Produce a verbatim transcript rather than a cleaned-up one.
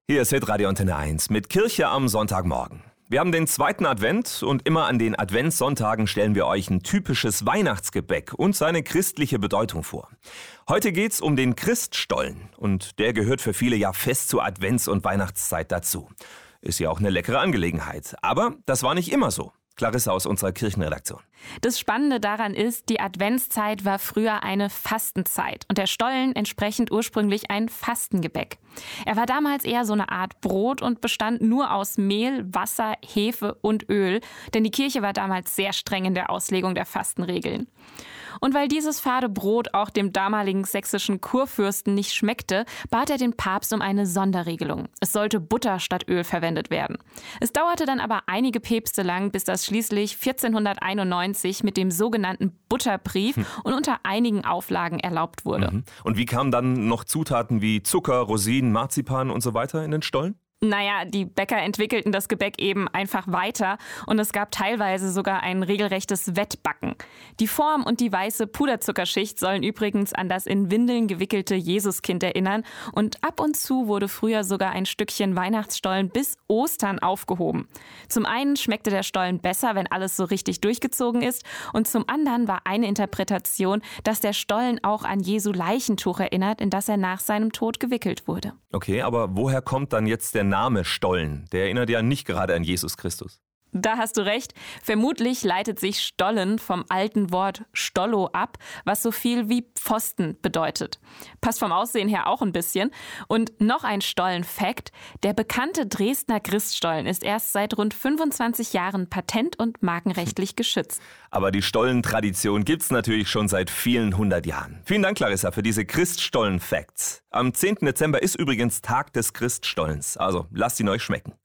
Hier ist Hitradio Antenne eins mit Kirche am Sonntagmorgen. Wir haben den zweiten Advent und immer an den Adventssonntagen stellen wir euch ein typisches Weihnachtsgebäck und seine christliche Bedeutung vor. Heute geht's um den Christstollen und der gehört für viele ja fest zur Advents- und Weihnachtszeit dazu. Ist ja auch eine leckere Angelegenheit, aber das war nicht immer so. Clarissa aus unserer Kirchenredaktion. Das Spannende daran ist, die Adventszeit war früher eine Fastenzeit und der Stollen entsprechend ursprünglich ein Fastengebäck. Er war damals eher so eine Art Brot und bestand nur aus Mehl, Wasser, Hefe und Öl, denn die Kirche war damals sehr streng in der Auslegung der Fastenregeln. Und weil dieses fade Brot auch dem damaligen sächsischen Kurfürsten nicht schmeckte, bat er den Papst um eine Sonderregelung. Es sollte Butter statt Öl verwendet werden. Es dauerte dann aber einige Päpste lang, bis das schließlich vierzehnhunderteinundneunzig mit dem sogenannten Butterbrief hm. und unter einigen Auflagen erlaubt wurde. Mhm. Und wie kamen dann noch Zutaten wie Zucker, Rosinen, Marzipan und so weiter in den Stollen? Naja, die Bäcker entwickelten das Gebäck eben einfach weiter und es gab teilweise sogar ein regelrechtes Wettbacken. Die Form und die weiße Puderzuckerschicht sollen übrigens an das in Windeln gewickelte Jesuskind erinnern und ab und zu wurde früher sogar ein Stückchen Weihnachtsstollen bis Ostern aufgehoben. Zum einen schmeckte der Stollen besser, wenn alles so richtig durchgezogen ist und zum anderen war eine Interpretation, dass der Stollen auch an Jesu Leichentuch erinnert, in das er nach seinem Tod gewickelt wurde. Okay, aber woher kommt dann jetzt der Name Stollen? Der erinnert ja nicht gerade an Jesus Christus. Da hast du recht. Vermutlich leitet sich Stollen vom alten Wort Stollo ab, was so viel wie Pfosten bedeutet. Passt vom Aussehen her auch ein bisschen. Und noch ein Stollen-Fact: Der bekannte Dresdner Christstollen ist erst seit rund fünfundzwanzig Jahren patent- und markenrechtlich geschützt. Aber die Stollentradition gibt's natürlich schon seit vielen hundert Jahren. Vielen Dank, Clarissa, für diese Christstollen-Facts. Am zehnten Dezember ist übrigens Tag des Christstollens. Also lasst ihn euch schmecken.